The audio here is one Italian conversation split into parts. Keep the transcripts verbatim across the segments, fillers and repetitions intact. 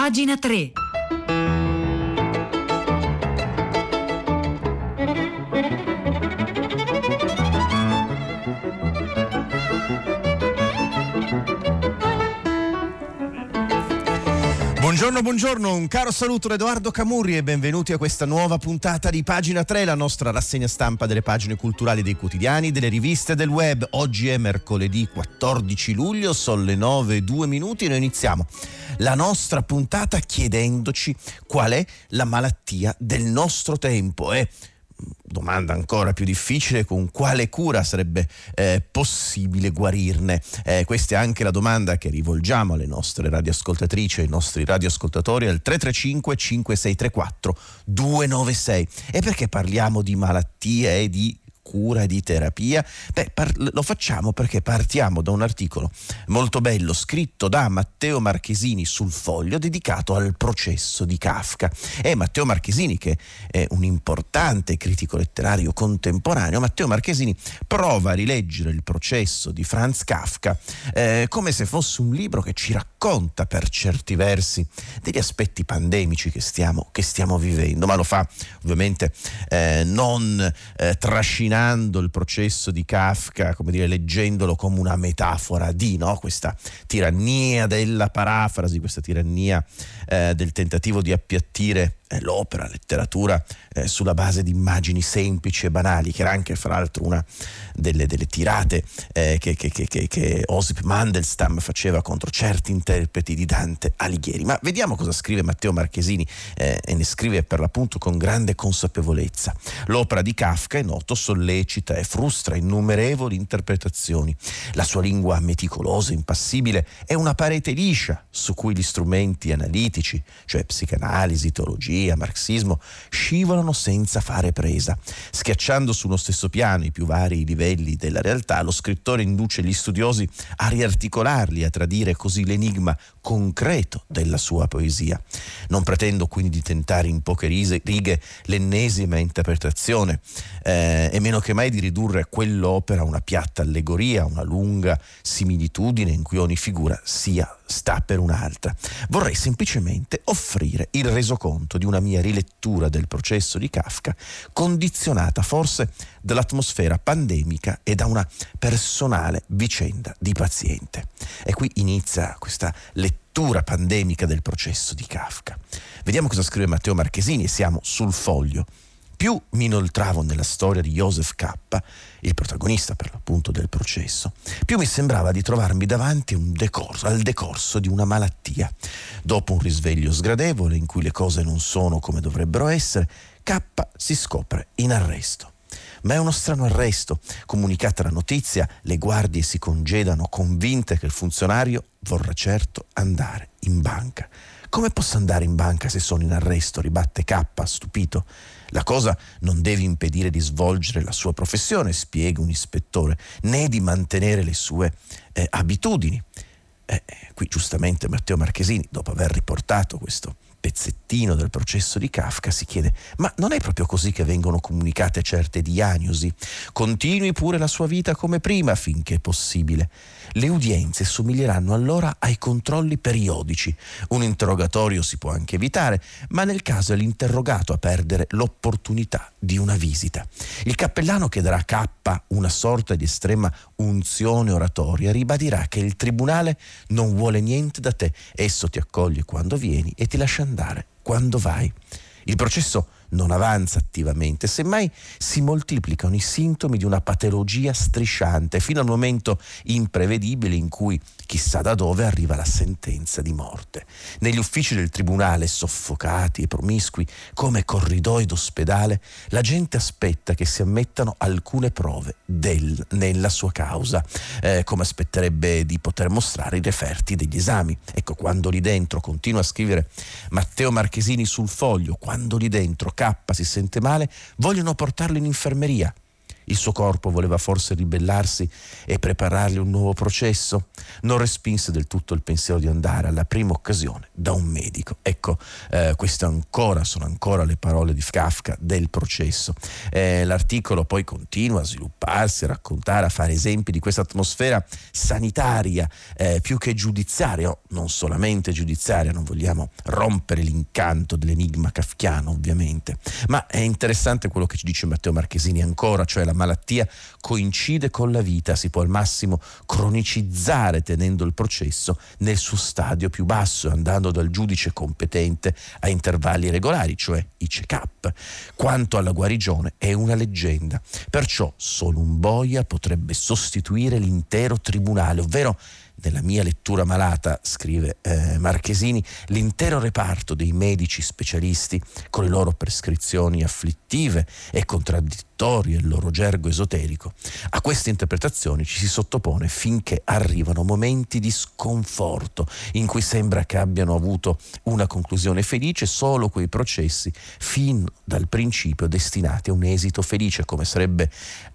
Pagina tre. Buongiorno, buongiorno, un caro saluto da Edoardo Camurri e benvenuti a questa nuova puntata di Pagina tre, la nostra rassegna stampa delle pagine culturali dei quotidiani, delle riviste e del web. Oggi è mercoledì quattordici luglio, sono le nove e due minuti e noi iniziamo la nostra puntata chiedendoci qual è la malattia del nostro tempo e, domanda ancora più difficile, con quale cura sarebbe eh, possibile guarirne? Eh, questa è anche la domanda che rivolgiamo alle nostre radioascoltatrici e ai nostri radioascoltatori al tre tre cinque cinque sei tre quattro due nove sei. E perché parliamo di malattie e di cura e di terapia? Beh, par- lo facciamo perché partiamo da un articolo molto bello scritto da Matteo Marchesini sul Foglio dedicato al processo di Kafka. E Matteo Marchesini, che è un importante critico letterario contemporaneo, Matteo Marchesini prova a rileggere il processo di Franz Kafka eh, come se fosse un libro che ci racconta per certi versi degli aspetti pandemici che stiamo, che stiamo vivendo, ma lo fa ovviamente eh, non eh, trascinando il processo di Kafka, come dire, leggendolo come una metafora di no? questa tirannia della parafrasi, questa tirannia eh, del tentativo di appiattire eh, l'opera, la letteratura eh, sulla base di immagini semplici e banali, che era anche fra l'altro una delle, delle tirate eh, che, che, che, che Osip Mandelstam faceva contro certi interpreti di Dante Alighieri. Ma vediamo cosa scrive Matteo Marchesini eh, e ne scrive per l'appunto con grande consapevolezza. L'opera di Kafka, è noto, sollecita e frustra innumerevoli interpretazioni. La sua lingua meticolosa, impassibile, è una parete liscia su cui gli strumenti analitici, cioè psicanalisi, teologia, marxismo, scivolano senza fare presa. Schiacciando sullo stesso piano i più vari livelli della realtà, lo scrittore induce gli studiosi a riarticolarli, a tradire così l'enigma concreto della sua poesia. Non pretendo quindi di tentare in poche righe l'ennesima interpretazione eh, e meno che mai di ridurre quell'opera a una piatta allegoria, una lunga similitudine in cui ogni figura sia sta per un'altra. Vorrei semplicemente offrire il resoconto di una mia rilettura del processo di Kafka, condizionata forse dall'atmosfera pandemica e da una personale vicenda di paziente. E qui inizia questa lettura pandemica del processo di Kafka. Vediamo cosa scrive Matteo Marchesini e siamo sul Foglio. Più mi inoltravo nella storia di Joseph K., il protagonista per l'appunto del processo, più mi sembrava di trovarmi davanti un decorso, al decorso di una malattia. Dopo un risveglio sgradevole in cui le cose non sono come dovrebbero essere, K si scopre in arresto. Ma è uno strano arresto. Comunicata la notizia, le guardie si congedano convinte che il funzionario vorrà certo andare in banca. Come posso andare in banca se sono in arresto? Ribatte K, stupito. La cosa non deve impedire di svolgere la sua professione, spiega un ispettore, né di mantenere le sue eh, abitudini. Eh, qui giustamente Matteo Marchesini, dopo aver riportato questo pezzettino del processo di Kafka, si chiede: ma non è proprio così che vengono comunicate certe diagnosi? Continui pure la sua vita come prima finché è possibile. Le udienze somiglieranno allora ai controlli periodici. Un interrogatorio si può anche evitare, ma nel caso è l'interrogato a perdere l'opportunità di una visita. Il cappellano che darà a K una sorta di estrema unzione oratoria ribadirà che il tribunale non vuole niente da te, esso ti accoglie quando vieni e ti lascia andare quando vai. Il processo non avanza attivamente, semmai si moltiplicano i sintomi di una patologia strisciante fino al momento imprevedibile in cui, chissà da dove, arriva la sentenza di morte. Negli uffici del tribunale, soffocati e promiscui come corridoi d'ospedale, la gente aspetta che si ammettano alcune prove del, nella sua causa, eh, come aspetterebbe di poter mostrare i referti degli esami. Ecco, quando lì dentro, continua a scrivere Matteo Marchesini sul Foglio, quando lì dentro K si sente male, vogliono portarlo in infermeria. Il suo corpo voleva forse ribellarsi e preparargli un nuovo processo? Non respinse del tutto il pensiero di andare alla prima occasione da un medico. Ecco, eh, queste ancora sono ancora le parole di Kafka del processo. Eh, l'articolo poi continua a svilupparsi, a raccontare, a fare esempi di questa atmosfera sanitaria, eh, più che giudiziaria, o non solamente giudiziaria, non vogliamo rompere l'incanto dell'enigma kafkiano ovviamente, ma è interessante quello che ci dice Matteo Marchesini ancora, cioè la malattia coincide con la vita, si può al massimo cronicizzare tenendo il processo nel suo stadio più basso, andando dal giudice competente a intervalli regolari, cioè i check-up. Quanto alla guarigione è una leggenda, perciò solo un boia potrebbe sostituire l'intero tribunale, ovvero nella mia lettura malata, scrive eh, Marchesini, l'intero reparto dei medici specialisti con le loro prescrizioni afflittive e contraddittorie, il loro gergo esoterico. A queste interpretazioni ci si sottopone finché arrivano momenti di sconforto in cui sembra che abbiano avuto una conclusione felice solo quei processi fin dal principio destinati a un esito felice, come sarebbe,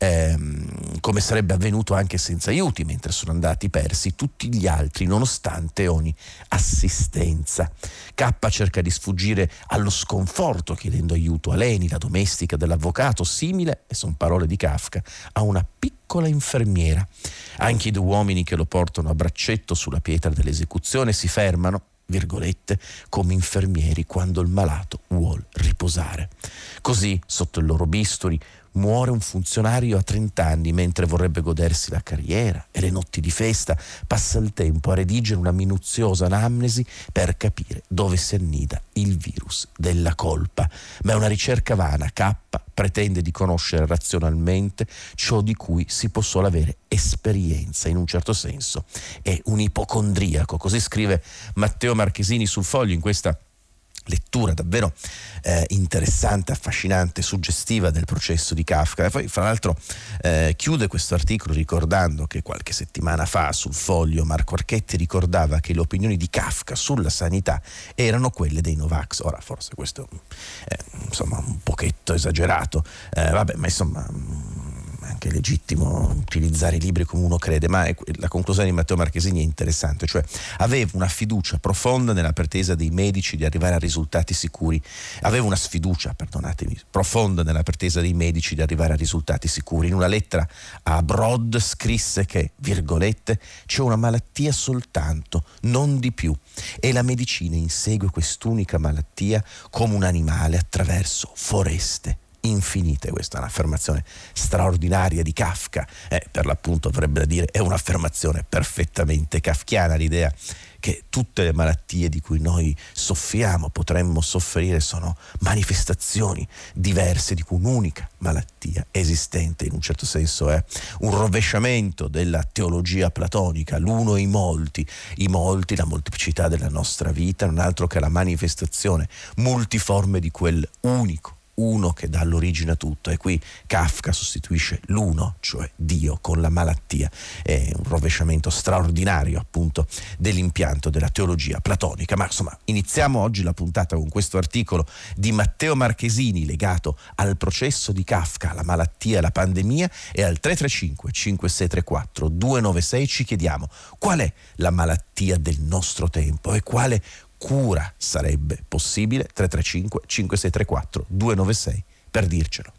ehm, come sarebbe avvenuto anche senza aiuti, mentre sono andati persi tutti gli altri nonostante ogni assistenza. K cerca di sfuggire allo sconforto chiedendo aiuto a Leni, la domestica dell'avvocato, simile, e sono parole di Kafka, a una piccola infermiera. Anche i due uomini che lo portano a braccetto sulla pietra dell'esecuzione si fermano, virgolette, come infermieri quando il malato vuol riposare. Così, sotto il loro bisturi, muore un funzionario a trenta anni mentre vorrebbe godersi la carriera e le notti di festa, passa il tempo a redigere una minuziosa anamnesi per capire dove si annida il virus della colpa. Ma è una ricerca vana. K pretende di conoscere razionalmente ciò di cui si può solo avere esperienza, in un certo senso è un ipocondriaco, così scrive Matteo Marchesini sul Foglio in questa lettura davvero eh, interessante, affascinante, suggestiva del processo di Kafka. E poi fra l'altro eh, chiude questo articolo ricordando che qualche settimana fa sul Foglio Marco Archetti ricordava che le opinioni di Kafka sulla sanità erano quelle dei Novax. Ora forse questo è insomma un pochetto esagerato, eh, vabbè, ma insomma anche legittimo utilizzare i libri come uno crede, ma è, la conclusione di Matteo Marchesini è interessante, cioè aveva una fiducia profonda nella pretesa dei medici di arrivare a risultati sicuri, aveva una sfiducia, perdonatemi, profonda nella pretesa dei medici di arrivare a risultati sicuri. In una lettera a Brod scrisse che, virgolette, c'è una malattia soltanto, non di più, e la medicina insegue quest'unica malattia come un animale attraverso foreste infinite. Questa è un'affermazione straordinaria di Kafka, eh, per l'appunto avrebbe da dire è un'affermazione perfettamente kafkiana, l'idea che tutte le malattie di cui noi soffriamo, potremmo soffrire, sono manifestazioni diverse di un'unica malattia esistente. In un certo senso è un rovesciamento della teologia platonica, l'uno e i molti, i molti, la molteplicità della nostra vita, non altro che la manifestazione multiforme di quel unico uno che dà l'origine a tutto, e qui Kafka sostituisce l'uno, cioè Dio, con la malattia. È un rovesciamento straordinario appunto dell'impianto della teologia platonica. Ma insomma, iniziamo oggi la puntata con questo articolo di Matteo Marchesini legato al processo di Kafka, la malattia e la pandemia, e al tre tre cinque cinque sei tre quattro due nove sei ci chiediamo qual è la malattia del nostro tempo e quale cura sarebbe possibile. Tre tre cinque cinque sei tre quattro due nove sei per dircelo.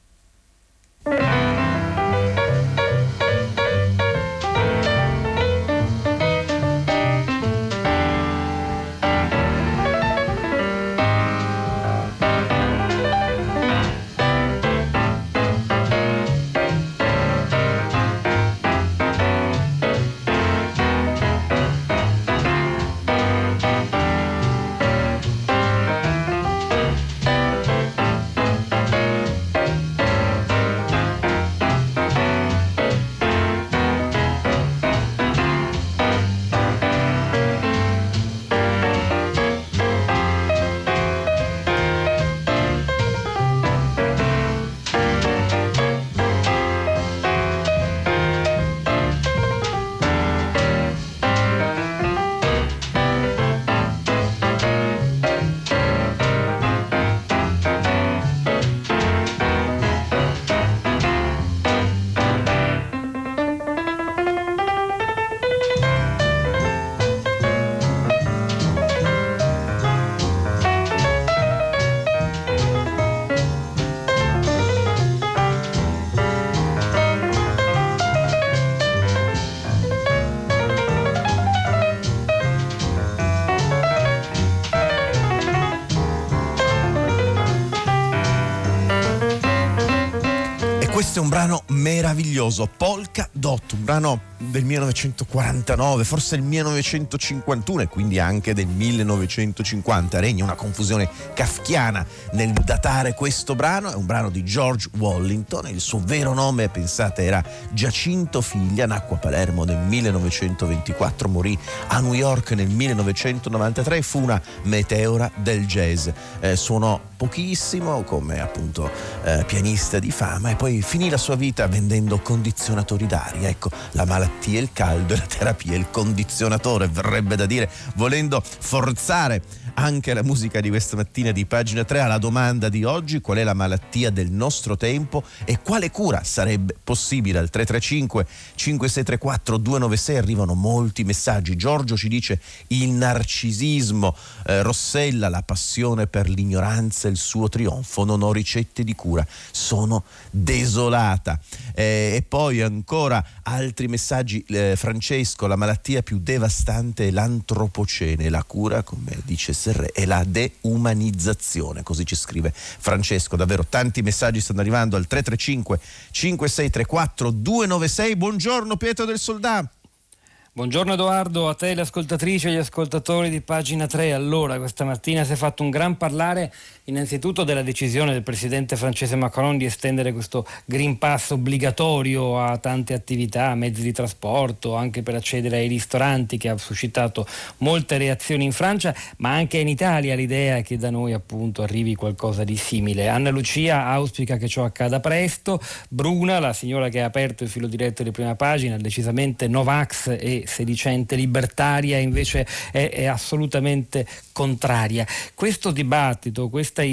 Questo è un brano meraviglioso, Polka Dot, un brano del millenovecentoquarantanove, forse il millenovecentocinquantuno e quindi anche del millenovecentocinquanta. Regna una confusione kafkiana nel datare questo brano. È un brano di George Wallington, il suo vero nome, pensate, era Giacinto Figlia, nacque a Palermo nel millenovecentoventiquattro, morì a New York nel millenovecentonovantatré e fu una meteora del jazz. Eh, suonò pochissimo come appunto eh, pianista di fama e poi finì la sua vita vendendo condizionatori d'aria. Ecco, la malattia è il caldo e la terapia è il condizionatore, verrebbe da dire, volendo forzare anche la musica di questa mattina di Pagina tre alla domanda di oggi: qual è la malattia del nostro tempo e quale cura sarebbe possibile? Al tre tre cinque cinque sei tre quattro due nove sei arrivano molti messaggi. Giorgio ci dice il narcisismo, eh, Rossella la passione per l'ignoranza e il suo trionfo, non ho ricette di cura, sono desolata. Eh, e poi ancora altri messaggi, eh, Francesco, la malattia più devastante è l'antropocene, la cura, come dice Serré, è la deumanizzazione, così ci scrive Francesco. Davvero tanti messaggi stanno arrivando al tre tre cinque cinque sei tre quattro due nove sei. Buongiorno Pietro del Soldà. Buongiorno Edoardo, a te le ascoltatrici e gli ascoltatori di Pagina tre. Allora, questa mattina si è fatto un gran parlare innanzitutto della decisione del presidente francese Macron di estendere questo Green Pass obbligatorio a tante attività, mezzi di trasporto, anche per accedere ai ristoranti, che ha suscitato molte reazioni in Francia, ma anche in Italia l'idea è che da noi appunto arrivi qualcosa di simile. Anna Lucia auspica che ciò accada presto. Bruna, la signora che ha aperto il filo diretto di Prima Pagina, decisamente Novax e sedicente libertaria, invece è, è assolutamente contraria. Questo dibattito, questa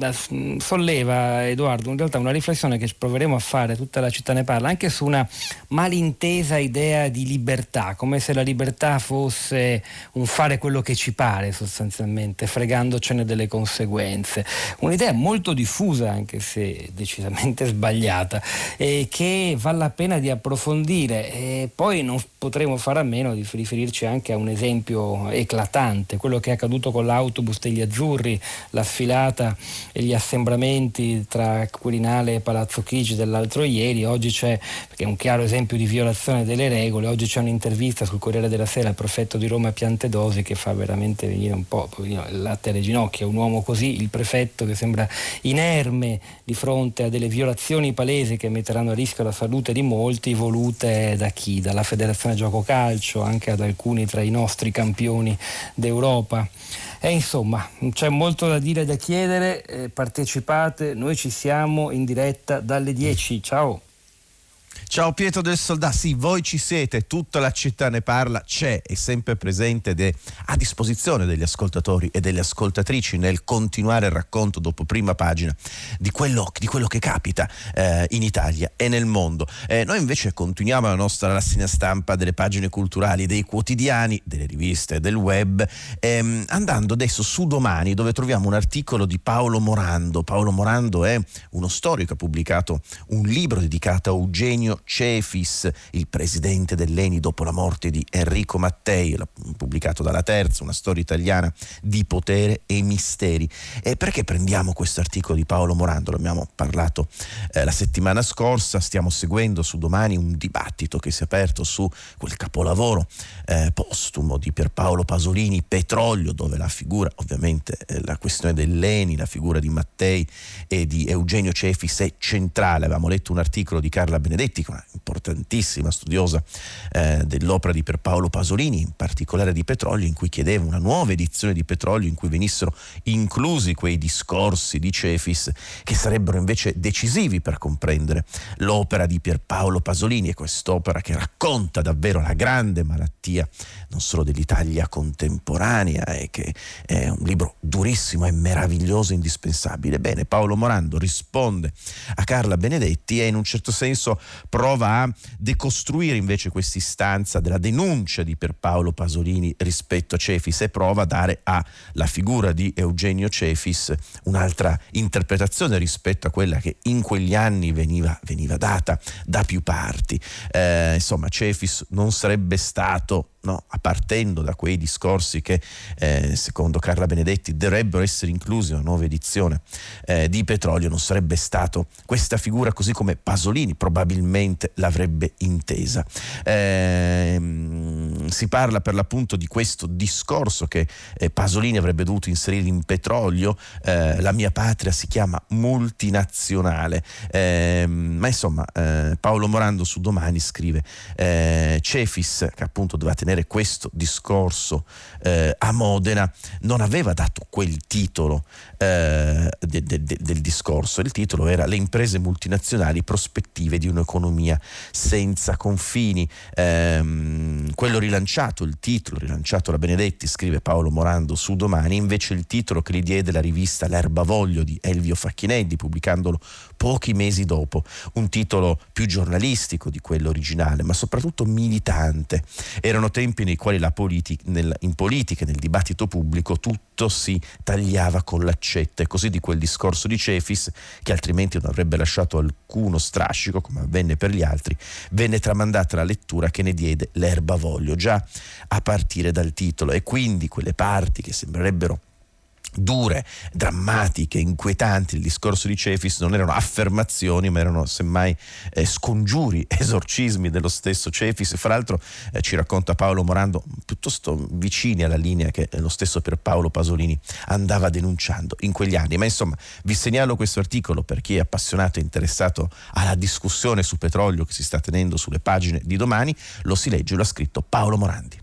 solleva, Edoardo, in realtà una riflessione che proveremo a fare, tutta la città ne parla, anche su una malintesa idea di libertà, come se la libertà fosse un fare quello che ci pare sostanzialmente, fregandocene delle conseguenze. Un'idea molto diffusa, anche se decisamente sbagliata, e che vale la pena di approfondire. E poi non potremo fare a meno di riferirci anche a un esempio eclatante, quello che è accaduto con l'autobus degli Azzurri, la sfilata e gli assembramenti tra Quirinale e Palazzo Chigi dell'altro ieri. Oggi c'è, perché è un chiaro esempio di violazione delle regole, oggi c'è un'intervista sul Corriere della Sera al prefetto di Roma Piantedosi che fa veramente venire un po' il latte alle ginocchia. Un uomo così, il prefetto, che sembra inerme di fronte a delle violazioni palesi che metteranno a rischio la salute di molti, volute da chi? Dalla Federazione Gioco Calcio, anche ad alcuni tra i nostri campioni d'Europa. E insomma, c'è molto da dire e da chiedere. Eh, partecipate, noi ci siamo in diretta dalle dieci. Ciao. Ciao Pietro del Soldà, sì, voi ci siete, tutta la città ne parla, c'è, è sempre presente ed è a disposizione degli ascoltatori e delle ascoltatrici nel continuare il racconto dopo Prima Pagina di quello, di quello che capita eh, in Italia e nel mondo. Eh, noi invece continuiamo la nostra rassegna stampa delle pagine culturali, dei quotidiani, delle riviste, del web, ehm, andando adesso su Domani, dove troviamo un articolo di Paolo Morando. Paolo Morando è uno storico, ha pubblicato un libro dedicato a Eugenio Cefis, il presidente dell'E N I dopo la morte di Enrico Mattei, pubblicato dalla Terza, una storia italiana di potere e misteri. E perché prendiamo questo articolo di Paolo Morando? Lo abbiamo parlato eh, la settimana scorsa, stiamo seguendo su Domani un dibattito che si è aperto su quel capolavoro eh, postumo di Pierpaolo Pasolini, Petrolio, dove la figura, ovviamente eh, la questione dell'E N I, la figura di Mattei e di Eugenio Cefis è centrale. Avevamo letto un articolo di Carla Benedetti, una importantissima studiosa eh, dell'opera di Pierpaolo Pasolini, in particolare di Petrolio, in cui chiedeva una nuova edizione di Petrolio in cui venissero inclusi quei discorsi di Cefis che sarebbero invece decisivi per comprendere l'opera di Pierpaolo Pasolini, e quest'opera che racconta davvero la grande malattia non solo dell'Italia contemporanea, e che è un libro durissimo e meraviglioso, indispensabile. Bene, Paolo Morando risponde a Carla Benedetti e in un certo senso prova a decostruire invece quest'istanza della denuncia di Pierpaolo Pasolini rispetto a Cefis e prova a dare alla figura di Eugenio Cefis un'altra interpretazione rispetto a quella che in quegli anni veniva, veniva data da più parti. Eh, insomma, Cefis non sarebbe stato no? Partendo da quei discorsi che eh, secondo Carla Benedetti dovrebbero essere inclusi in una nuova edizione eh, di Petrolio, non sarebbe stato questa figura così come Pasolini probabilmente l'avrebbe intesa. Eh, si parla per l'appunto di questo discorso che eh, Pasolini avrebbe dovuto inserire in Petrolio, eh, la mia patria si chiama multinazionale, eh, ma insomma eh, Paolo Morando su Domani scrive eh, Cefis, che appunto doveva tenere questo discorso eh, a Modena, non aveva dato quel titolo eh, de, de, de, del discorso. Il titolo era Le imprese multinazionali, prospettive di un'economia senza confini. Eh, quello rilanciato, il titolo rilanciato da Benedetti, scrive Paolo Morando su Domani, invece il titolo che gli diede la rivista L'Erbavoglio di Elvio Facchinelli, pubblicandolo pochi mesi dopo, un titolo più giornalistico di quello originale, ma soprattutto militante. Erano tempi nei quali la politica, nel, in politica e nel dibattito pubblico tutto si tagliava con l'accetta, e così di quel discorso di Cefis, che altrimenti non avrebbe lasciato alcuno strascico, come avvenne per gli altri, venne tramandata la lettura che ne diede L'Erbavoglio, già a partire dal titolo, e quindi quelle parti che sembrerebbero dure, drammatiche, inquietanti, il discorso di Cefis non erano affermazioni, ma erano semmai eh, scongiuri, esorcismi dello stesso Cefis. Fra l'altro eh, ci racconta Paolo Morando, piuttosto vicini alla linea che lo stesso Pierpaolo Pasolini andava denunciando in quegli anni. Ma insomma, vi segnalo questo articolo per chi è appassionato e interessato alla discussione su Petrolio che si sta tenendo sulle pagine di Domani. Lo si legge, lo ha scritto Paolo Morandi.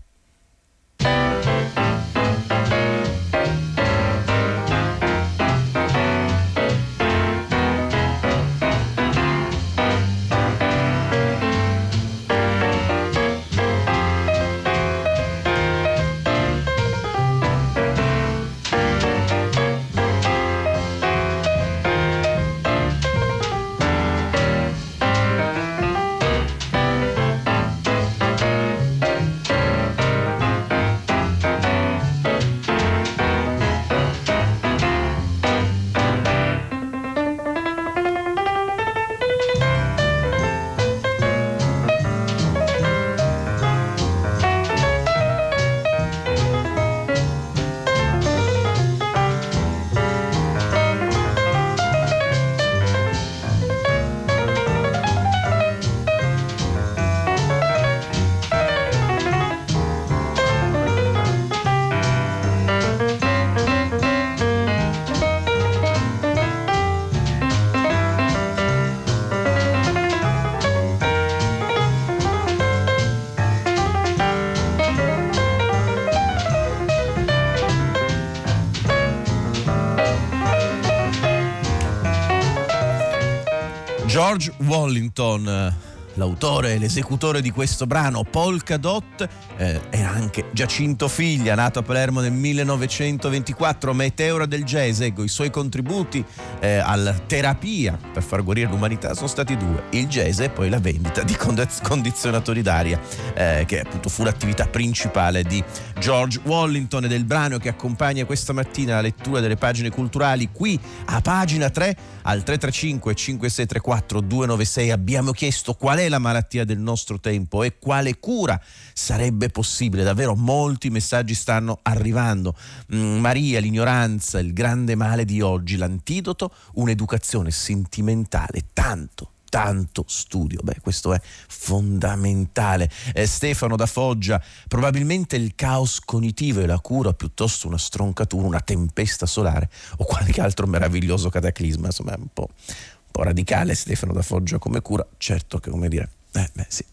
George Wallington, l'autore e l'esecutore di questo brano, Polka Dot, eh, era anche Giacinto Figlia, nato a Palermo nel millenovecentoventiquattro, meteora del jazz. Ecco, i suoi contributi eh, alla terapia per far guarire l'umanità sono stati due: il jazz e poi la vendita di condizionatori d'aria, eh, che appunto fu l'attività principale di George Wallington. E del brano che accompagna questa mattina la lettura delle pagine culturali qui a Pagina tre, al tre tre cinque cinque sei tre quattro due nove sei abbiamo chiesto qual è la malattia del nostro tempo e quale cura sarebbe possibile. Davvero molti messaggi stanno arrivando. mm, Maria, l'ignoranza, il grande male di oggi, l'antidoto, un'educazione sentimentale, tanto tanto studio. Beh, questo è fondamentale. eh, Stefano da Foggia, probabilmente il caos cognitivo e la cura, piuttosto una stroncatura, una tempesta solare o qualche altro meraviglioso cataclisma. Insomma, è un po', un po' radicale Stefano da Foggia come cura, certo che, come dire, Eh, beh, sì.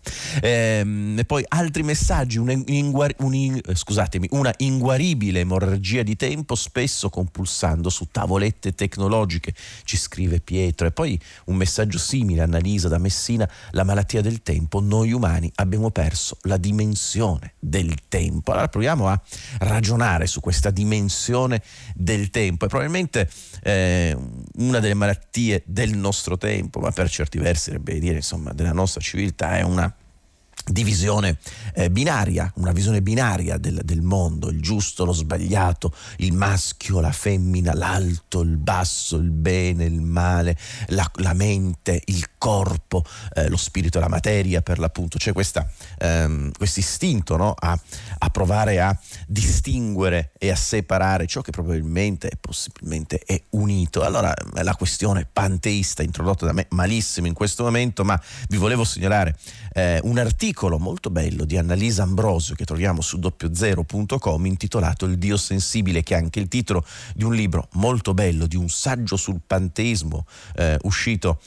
ehm, e poi altri messaggi: un, inguar- un in- scusatemi, una inguaribile emorragia di tempo, spesso compulsando su tavolette tecnologiche, ci scrive Pietro. E poi un messaggio simile, Annalisa da Messina: la malattia del tempo, noi umani abbiamo perso la dimensione del tempo. Allora proviamo a ragionare su questa dimensione del tempo. È probabilmente eh, una delle malattie del nostro tempo, ma per certi versi dovrebbe dire, insomma, della nostra civiltà. È una divisione eh, binaria, una visione binaria del, del mondo, il giusto, lo sbagliato, il maschio, la femmina, l'alto, il basso, il bene, il male, la, la mente, il corpo, eh, lo spirito e la materia, per l'appunto. C'è questa, ehm, questo istinto, no? a, a provare a distinguere e a separare ciò che probabilmente e possibilmente è unito. Allora la questione panteista introdotta da me malissimo in questo momento, ma vi volevo segnalare eh, un articolo molto bello di Annalisa Ambrosio che troviamo su doppio zero punto com intitolato Il Dio sensibile, che è anche il titolo di un libro molto bello, di un saggio sul panteismo eh, uscito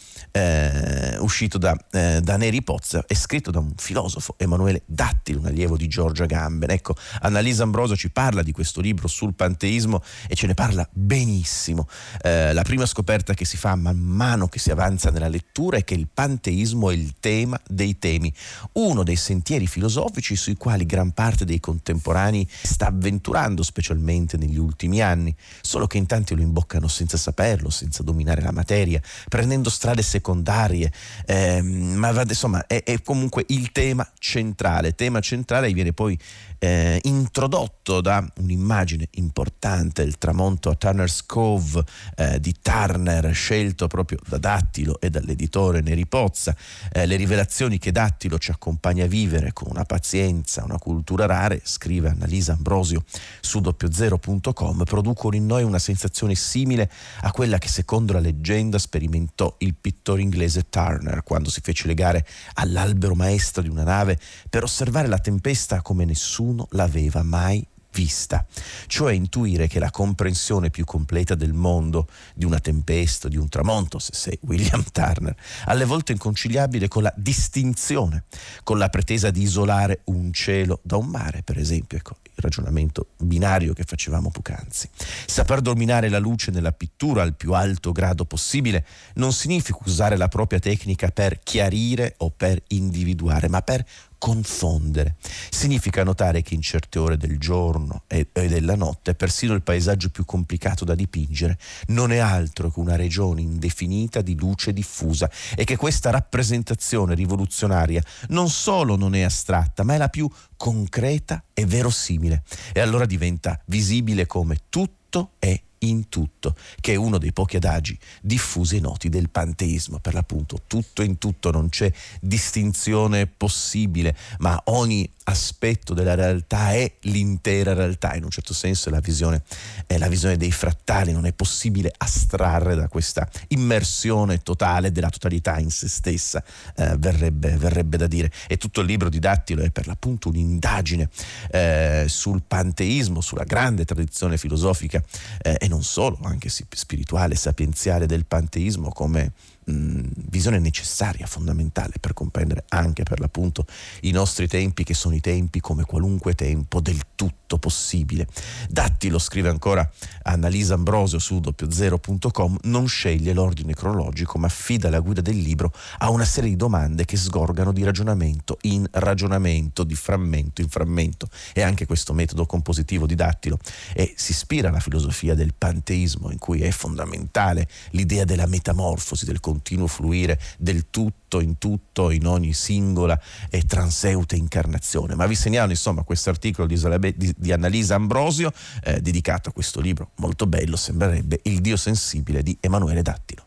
eh, uscito da, eh, da Neri Pozza e scritto da un filosofo, Emanuele Dattilo, un allievo di Giorgia Gamben. Ecco, Annalisa Ambrosio ci parla di questo libro sul panteismo e ce ne parla benissimo. Eh, la prima scoperta che si fa man mano che si avanza nella lettura è che il panteismo è il tema dei temi, uno dei sentieri filosofici sui quali gran parte dei contemporanei sta avventurando, specialmente negli ultimi anni, solo che in tanti lo imboccano senza saperlo, senza dominare la materia, prendendo strade secondarie, eh, ma insomma è, è comunque il tema centrale, tema centrale che viene poi eh, introdotto da un'immagine importante, il tramonto a Turner's Cove eh, di Turner, scelto proprio da Dattilo e dall'editore Neri Pozza. Eh, le rivelazioni che Dattilo ci accompagna a vivere con una pazienza, una cultura rare, scrive Annalisa Ambrosio su doppio zero punto com, producono in noi una sensazione simile a quella che secondo la leggenda sperimentò il pittore inglese Turner quando si fece legare all'albero maestro di una nave per osservare la tempesta come nessuno l'aveva mai vista, cioè intuire che la comprensione più completa del mondo, di una tempesta, di un tramonto, se sei William Turner, alle volte inconciliabile con la distinzione, con la pretesa di isolare un cielo da un mare, per esempio, ecco il ragionamento binario che facevamo poc'anzi. Saper dominare la luce nella pittura al più alto grado possibile non significa usare la propria tecnica per chiarire o per individuare, ma per confondere. Significa notare che in certe ore del giorno e, e della notte persino il paesaggio più complicato da dipingere non è altro che una regione indefinita di luce diffusa e che questa rappresentazione rivoluzionaria non solo non è astratta, ma è la più concreta e verosimile. E allora diventa visibile come tutto è in tutto, che è uno dei pochi adagi diffusi e noti del panteismo. Per l'appunto tutto in tutto, non c'è distinzione possibile, ma ogni aspetto della realtà è l'intera realtà. In un certo senso è la visione, è la visione dei frattali, non è possibile astrarre da questa immersione totale della totalità in se stessa, eh, verrebbe, verrebbe da dire. E tutto il libro di Dattilo è per l'appunto un'indagine eh, sul panteismo, sulla grande tradizione filosofica eh, e non solo, anche spirituale, sapienziale del panteismo come mh, visione necessaria, fondamentale per comprendere anche per l'appunto i nostri tempi, che sono i tempi come qualunque tempo del tutto possibile. Dattilo, scrive ancora Annalisa Ambrosio su doppio zero punto com, non sceglie l'ordine cronologico ma affida la guida del libro a una serie di domande che sgorgano di ragionamento in ragionamento, di frammento in frammento. E anche questo metodo compositivo di Dattilo e si ispira alla filosofia del panteismo, in cui è fondamentale l'idea della metamorfosi, del continuo fluire del tutto in tutto in ogni singola e transeute incarnazione. Ma vi segnalo insomma questo articolo di, Isabel, di, di Annalisa Ambrosio eh, dedicato a questo libro molto bello, sembrerebbe, Il Dio sensibile di Emanuele Dattilo.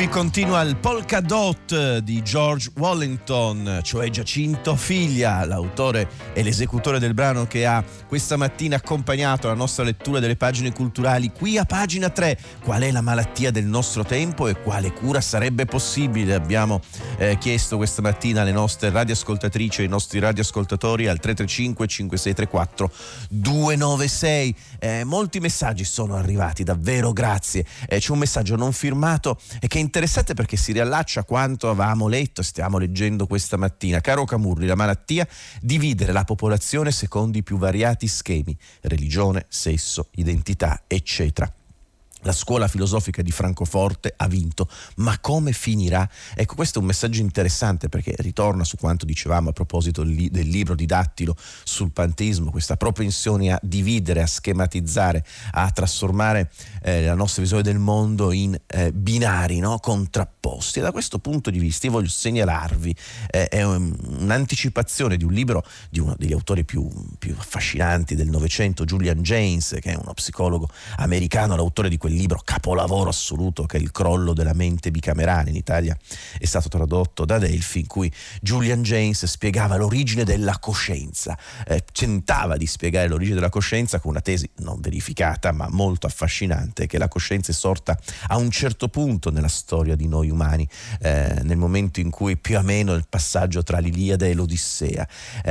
Qui continua il Polka Dot di George Wellington, cioè Giacinto Figlia, l'autore e l'esecutore del brano che ha questa mattina accompagnato la nostra lettura delle pagine culturali qui a pagina tre. Qual è la malattia del nostro tempo e quale cura sarebbe possibile? Abbiamo eh, chiesto questa mattina alle nostre radioascoltatrici e ai nostri radioascoltatori al tre tre cinque cinque sei tre quattro due nove sei. Eh, molti messaggi sono arrivati, davvero grazie. Eh, c'è un messaggio non firmato e che è interessante perché si riallaccia a quanto avevamo letto e stiamo leggendo questa mattina. Caro Camurri, la malattia: dividere la popolazione secondo i più variati schemi: religione, sesso, identità, eccetera. La scuola filosofica di Francoforte ha vinto, ma come finirà? Ecco, questo è un messaggio interessante perché ritorna su quanto dicevamo a proposito del, del libro di Dattilo sul panteismo, questa propensione a dividere, a schematizzare, a trasformare eh, la nostra visione del mondo in eh, binari, no? Contrapposti. E da questo punto di vista io voglio segnalarvi eh, è un, un'anticipazione di un libro di uno degli autori più, più affascinanti del Novecento, Julian Jaynes, che è uno psicologo americano, l'autore di quel libro capolavoro assoluto che è Il crollo della mente bicamerale. In Italia è stato tradotto da Adelphi, in cui Julian Jaynes spiegava l'origine della coscienza, eh, tentava di spiegare l'origine della coscienza con una tesi non verificata ma molto affascinante, che la coscienza è sorta a un certo punto nella storia di noi umani, eh, nel momento in cui più o meno il passaggio tra l'Iliade e l'Odissea,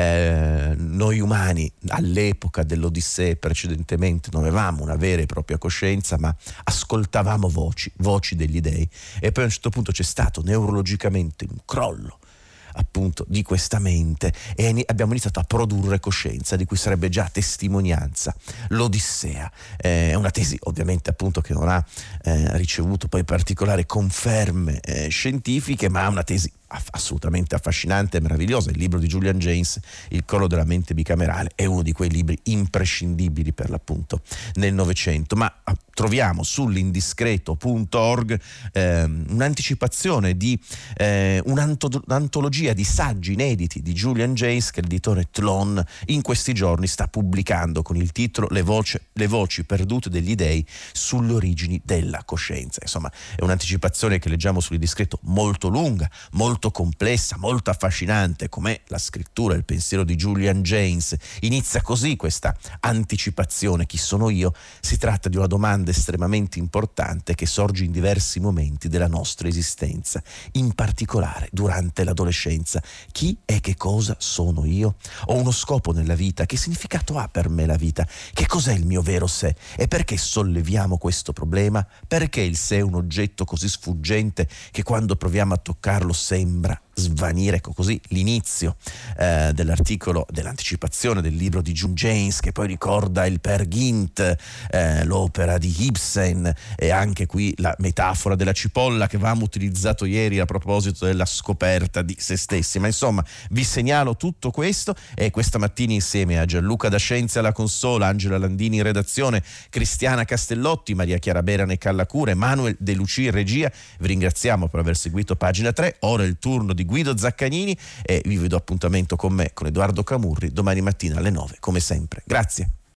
eh, noi umani all'epoca dell'Odissea e precedentemente non avevamo una vera e propria coscienza, ma ascoltavamo voci, voci degli dei, e poi a un certo punto c'è stato neurologicamente un crollo appunto di questa mente e abbiamo iniziato a produrre coscienza, di cui sarebbe già testimonianza l'Odissea. Eh, è una tesi ovviamente appunto che non ha eh, ricevuto poi particolari conferme eh, scientifiche, ma è una tesi assolutamente affascinante e meravigliosa. Il libro di Julian Jaynes, Il crollo della mente bicamerale, è uno di quei libri imprescindibili per l'appunto nel Novecento. Ma troviamo sull'indiscreto punto org ehm, un'anticipazione di eh, un'antologia di saggi inediti di Julian Jaynes che l'editore Tlon in questi giorni sta pubblicando con il titolo Le, voce, le voci perdute degli dei sulle origini della coscienza. Insomma, è un'anticipazione che leggiamo sull'indiscreto molto lunga, molto complessa, molto affascinante, com'è la scrittura e il pensiero di Julian Jaynes. Inizia così questa anticipazione: chi sono io? Si tratta di una domanda estremamente importante che sorge in diversi momenti della nostra esistenza, in particolare durante l'adolescenza. Chi e che cosa sono io? Ho uno scopo nella vita? Che significato ha per me la vita? Che cos'è il mio vero sé? E perché solleviamo questo problema? Perché il sé è un oggetto così sfuggente che quando proviamo a toccarlo sembra svanire? Ecco così l'inizio eh, dell'articolo, dell'anticipazione del libro di Julian Jaynes, che poi ricorda il Peer Gynt, eh, l'opera di Ibsen, e anche qui la metafora della cipolla che avevamo utilizzato ieri a proposito della scoperta di se stessi. Ma insomma vi segnalo tutto questo, e questa mattina insieme a Gianluca Da Scienza alla console, Angela Landini in redazione, Cristiana Castellotti, Maria Chiara Berane Callacure, Manuel De Lucia in regia, vi ringraziamo per aver seguito Pagina tre. Ora è il turno di Guido Zaccagnini e vi do appuntamento con me, con Edoardo Camurri, domani mattina alle nove come sempre. Grazie.